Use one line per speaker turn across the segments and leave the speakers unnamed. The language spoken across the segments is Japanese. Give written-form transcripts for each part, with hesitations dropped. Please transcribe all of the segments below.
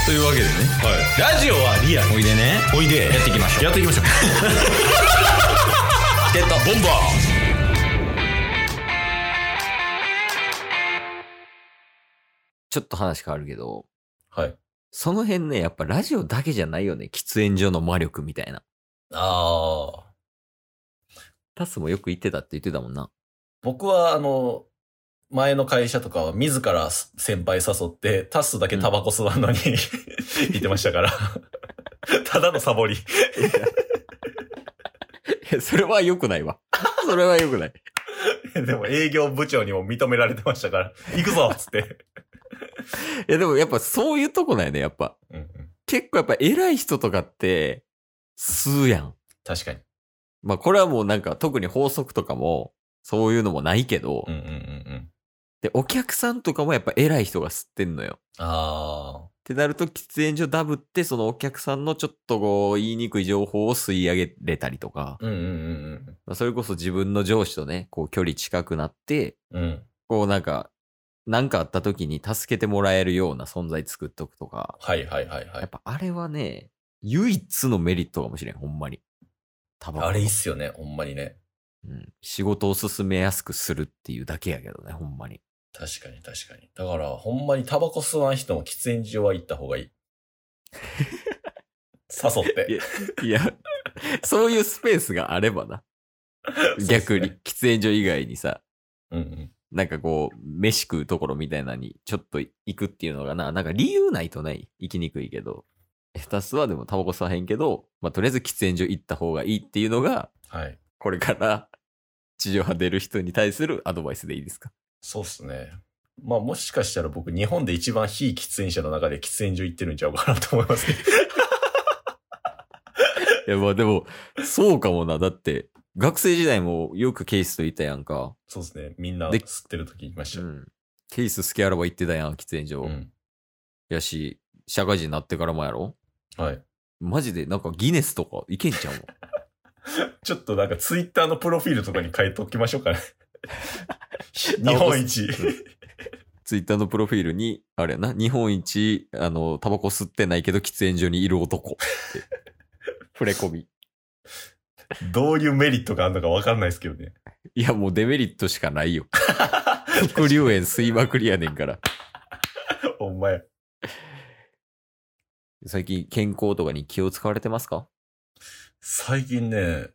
というわけでね、ラジオはリアル。おいでね。おいで。やっていきましょう。やっていきましょう。ゲットボンバー。
ちょっと話変わるけど、
はい。
その辺ね、やっぱラジオだけじゃないよね。喫煙所の魔力みたいな。
あー。
タスもよく言ってたって言ってたもんな。
僕は前の会社とかは自ら先輩誘って、タスだけタバコ吸わんのに、言ってましたから。ただのサボり。
いや、それは良くないわ。それは良くない。
でも営業部長にも認められてましたから、行くぞっつって。
いや、でもやっぱそういうとこなんやね、やっぱ。
うんうん、
結構やっぱ偉い人とかって、吸うやん。
確かに。
まあこれはもうなんか特に法則とかも、そういうのもないけど、
うんうんうんうん。
で、お客さんとかもやっぱ偉い人が吸ってんのよ。
あー。
ってなると、喫煙所ダブって、そのお客さんのちょっとこう、言いにくい情報を吸い上げれたりとか、
うんうんうん
まあそれこそ自分の上司とね、こう距離近くなって、
うん。うん。
こうなんかあった時に助けてもらえるような存在作っとくとか、
はいはいはいはい。
やっぱあれはね、唯一のメリットかもしれん、ほんまに。タバコの。
あれいいっすよね、ほんまにね。
うん。仕事を進めやすくするっていうだけやけどね、ほんまに。
確かに確かに。だから、ほんまにタバコ吸わん人も喫煙所は行った方がいい。誘って。
いや、そういうスペースがあればな。逆に、喫煙所以外にさ、
うんうん。
なんかこう、飯食うところみたいなのにちょっと行くっていうのがな、なんか理由ないとない行きにくいけど、ひたすらでもタバコ吸わへんけど、まあとりあえず喫煙所行った方がいいっていうのが、
はい。
これから地上波出る人に対するアドバイスでいいですか？
そうっすね。まあもしかしたら僕日本で一番非喫煙者の中で喫煙所行ってるんちゃうかなと思いますけど。
いやまあでも、そうかもな。だって、学生時代もよくケースと言ったやんか。
そうですね。みんな
で
吸ってる時言いました。
うん。ケース好きあらば行ってたやん、喫煙所。
うん。
やし、社会人になってからもやろ？
はい。
マジでなんかギネスとかいけんちゃうの？
ちょっとなんかツイッターのプロフィールとかに書いておきましょうかね。日本一。
ツイッターのプロフィールに、あれやな、日本一、タバコ吸ってないけど喫煙所にいる男って。触れ込み。
どういうメリットがあるのか分かんないですけどね。
いや、もうデメリットしかないよ。副流煙吸いまくりやねんから。
ほんまや。
最近健康とかに気を使われてますか？
最近ね、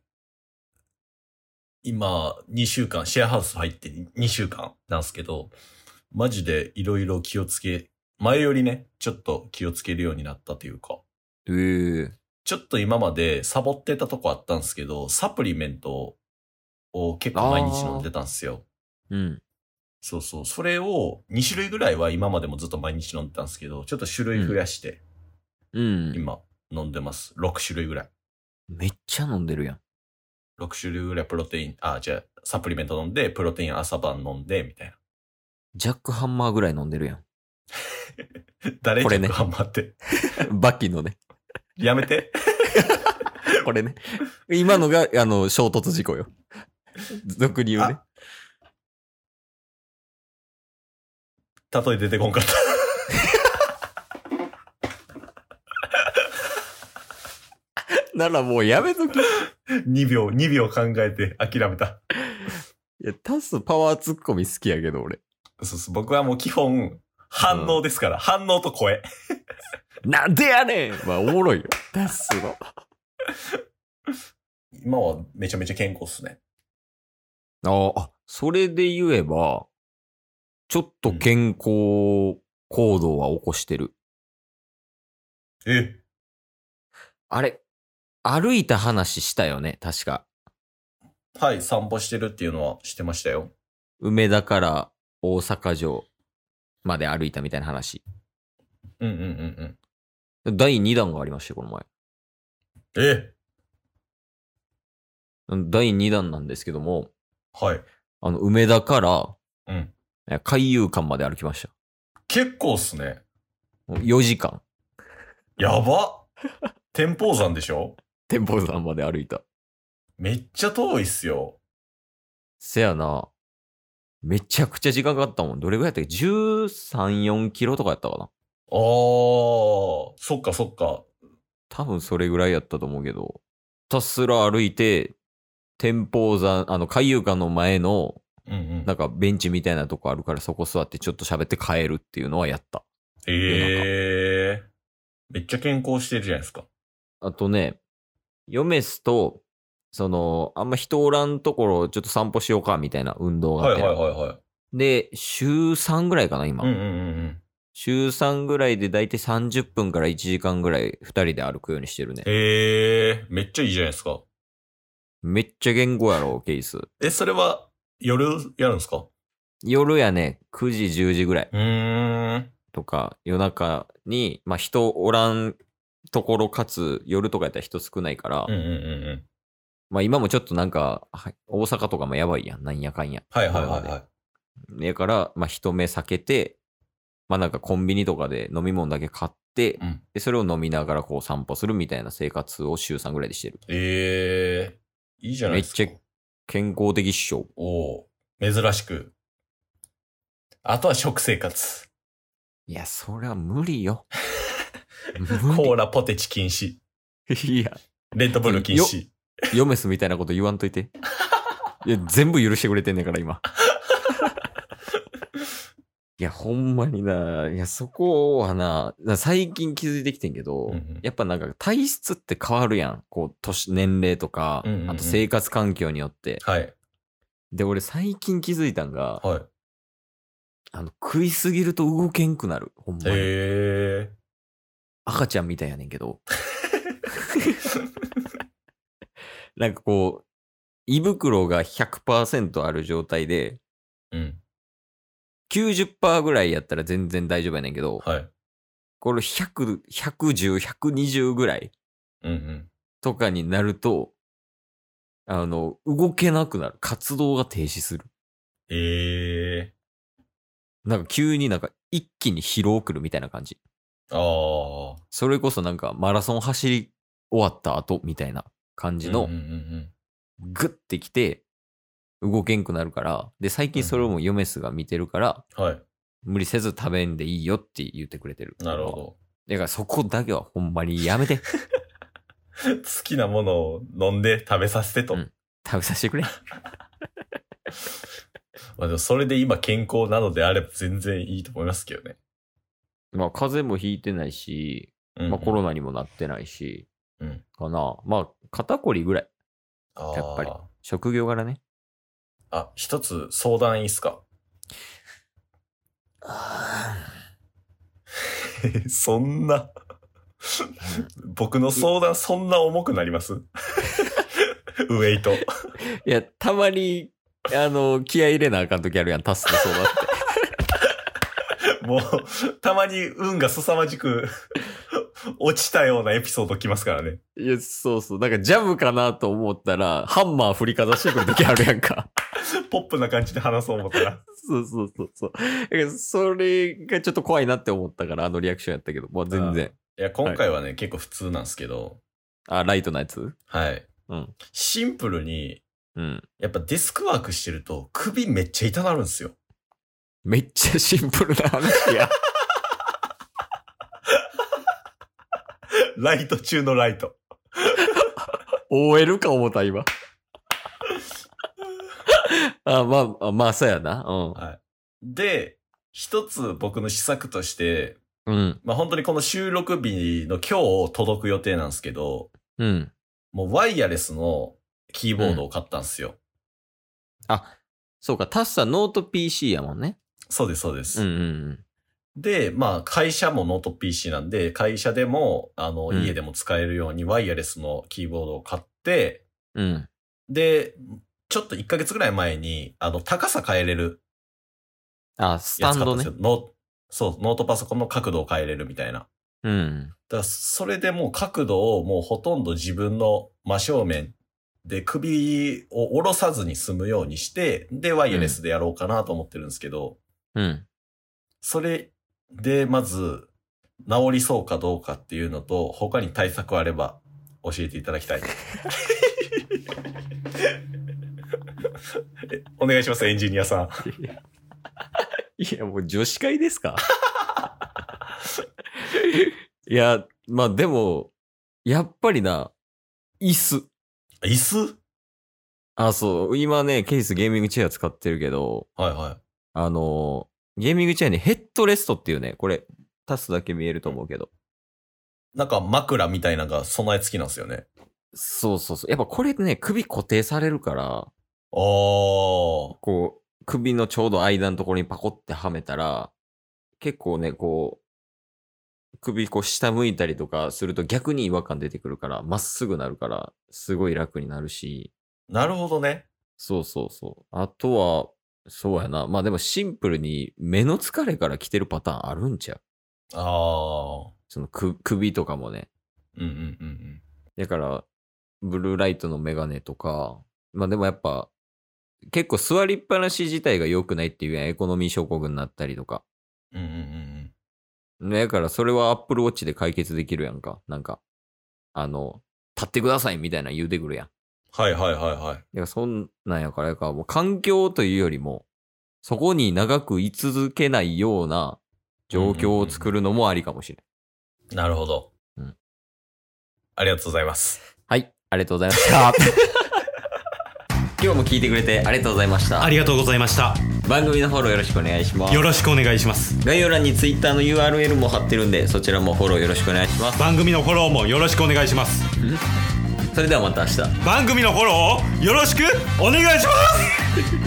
今2週間、シェアハウス入って2週間なんですけど、マジでいろいろ気をつけ、前よりね、ちょっと気をつけるようになったというか、ちょっと今までサボってたとこあったんですけど、サプリメントを結構毎日飲んでたんですよ。
うん。
そうそう。それを2種類ぐらいは今までもずっと毎日飲んでたんですけど、ちょっと種類増やして、
うん。
今飲んでます。6種類ぐらい。
めっちゃ飲んでるやん。
6種類ぐらいプロテイン、じゃあサプリメント飲んで、プロテイン朝晩飲んで、みたいな。
ジャックハンマーぐらい飲んでるやん。
誰
これね
ジャックハンマーって。
バッキーのね。
やめて。
これね。今のが、衝突事故よ。俗に言うね。
例え出てこんかった。
ならもうやめとき。
2秒考えて諦めた。
いや、タスパワーツッコミ好きやけど、俺。
そうそう、僕はもう基本、反応ですから、反応と声。
なんでやねんまあ、おもろいよ。タスの。
今はめちゃめちゃ健康っすね。
それで言えば、ちょっと健康行動は起こしてる。あれ、歩いた話したよね、確か。
はい、散歩してるっていうのはしてましたよ。
梅田から大阪城まで歩いたみたいな話。
うん。
第2弾がありましたよ、この前。第2弾なんですけども、
はい。
梅田から
うん。
海遊館まで歩きました。
結構っすね。
4時間。
やば。天保山でしょ？
天保山まで歩いた。
めっちゃ遠いっすよ。
せやな。めちゃくちゃ時間かかったもん。どれぐらいやったっけ？ 13、4キロとかやったかな。
そっかそっか。
多分それぐらいやったと思うけど、ひたすら歩いて、天保山、海遊館の前の、
うんうん。
なんかベンチみたいなとこあるからそこ座ってちょっと喋って帰るっていうのはやった。
めっちゃ健康してるじゃないですか。
あとね、ヨメスと、あんま人おらんところをちょっと散歩しようかみたいな運動があってな。で、週3ぐらいかな、今。
うんうんうんうん。
週3ぐらいでだいたい30分から1時間ぐらい2人で歩くようにしてるね。
めっちゃいいじゃないですか。
めっちゃ言語やろ、ケース。
それは夜やるんですか？
夜やね、9時、10時ぐらい。
ん。
とか、夜中に、まあ人おらんところかつ、夜とかやったら人少ないから、
うんうんうんうん。
まあ今もちょっとなんか、大阪とかもやばいやん、なんやかんや。
はいはいはいはい。
だから、まあ人目避けて、まあなんかコンビニとかで飲み物だけ買って、
うん、
で、それを飲みながらこう散歩するみたいな生活を週3ぐらいでしてる。
いいじゃないですか。
めっちゃ健康的っしょ。
珍しく。あとは食生活。
いや、それは無理よ。
コーラポテチ禁止。
いや。
レッドブル禁止。
ヨメスみたいなこと言わんといて。いや、全部許してくれてんねんから、今。いや、ほんまにな。いや、そこはな、最近気づいてきてんけど、やっぱなんか体質って変わるやん。こう、年齢とか、あと生活環境によって。
はい。
で、俺最近気づいたんが、
はい。
食いすぎると動けんくなる。ほんまに。赤ちゃんみたいやねんけど。なんかこう、胃袋が 100% ある状態で、
うん。
90% ぐらいやったら全然大丈夫やねんけど、
はい。
これ100、110、120ぐらい
うんうん。
とかになると、動けなくなる。活動が停止する。なんか急になんか一気に疲労くるみたいな感じ。それこそなんかマラソン走り終わった後みたいな感じの、グッてきて、動けんくなるから、で、最近それをもヨメスが見てるから、
はい。
無理せず食べんでいいよって言ってくれてる。
なるほど。
だからそこだけはほんまにやめて。
好きなものを飲んで食べさせてと。
食べさせてくれ。
まあでもそれで今健康なのであれば全然いいと思いますけどね。
まあ風邪もひいてないし、まあコロナにもなってないし、かな。まあ肩こりぐらい。やっぱり。職業柄ね。
一つ相談いいっすか？そんな僕の相談そんな重くなります？ウエイト。
いや、たまに、気合い入れなあかんときあるやん、タスの相談って。
もう、たまに運が凄まじく落ちたようなエピソード来ますからね。
いや、そうそう。なんかジャブかなと思ったら、ハンマー振りかざしてくるときあるやんか。
ポップな感じで話そう思ったら。
そうそうそうそう。だからそれがちょっと怖いなって思ったから、リアクションやったけど、もう全然。
いや、今回はね、結構普通なんですけど。
ライトなやつ？
はい。シンプルに、やっぱデスクワークしてると首めっちゃ痛なるんですよ。
めっちゃシンプルな話や。
ライト中のライト。
OL か思った今。まあ、そうやな。
はい。で、一つ僕の施策として、まあ本当にこの収録日の今日届く予定なんですけど、もうワイヤレスのキーボードを買ったんですよ。
そうか、タッサノート PC やもんね。
そうです、そうです。で、まあ会社もノート PC なんで、会社でも、家でも使えるようにワイヤレスのキーボードを買って、で、ちょっと1ヶ月ぐらい前に、高さ変えれる。
スタンドね。
そう、ノートパソコンの角度を変えれるみたいな。だからそれでもう角度をもうほとんど自分の真正面で首を下ろさずに済むようにして、で、ワイヤレスでやろうかなと思ってるんですけど、それでまず治りそうかどうかっていうのと、他に対策あれば教えていただきたい。お願いします、エンジニアさん。
いや、もう女子会ですか？ いや、まあでも、やっぱりな、椅子。
椅子？
あ、そう。今ね、ケースゲーミングチェア使ってるけど、
はいはい。
ゲーミングチェアにヘッドレストっていうね、これ、足すだけ見えると思うけど。
なんか枕みたいなのが備え付きなんですよね。
そうそうそう。やっぱこれね、首固定されるから、
こ
う、首のちょうど間のところにパコってはめたら、結構ね、こう、首こう下向いたりとかすると逆に違和感出てくるから、まっすぐなるから、すごい楽になるし。
なるほどね。
そうそうそう。あとは、そうやな。まあでもシンプルに目の疲れから来てるパターンあるんちゃう？その首とかもね。
うんうんうんうん。
だから、ブルーライトのメガネとか、まあでもやっぱ、結構座りっぱなし自体が良くないっていうやん。エコノミー症候群になったりとか。
うんうんうん
うん。だからそれはアップルウォッチで解決できるやんか。なんか、立ってくださいみたいな言うてくるやん。
はいはいはいはい。
いや、そんなんやからもう環境というよりも、そこに長く居続けないような状況を作るのもありかもしれん。
なるほど。
うん。
ありがとうございます。
はい、ありがとうございました。今日も聞いてくれてありがとうございました。
ありがとうございました。
番組のフォローよろしくお願いします。
よろしくお願いします。
概要欄に Twitter の URL も貼ってるんで、そちらもフォローよろしくお願いします。
番組のフォローもよろしくお願いします。
それではまた明日。
番組のフォローをよろしくお願いします。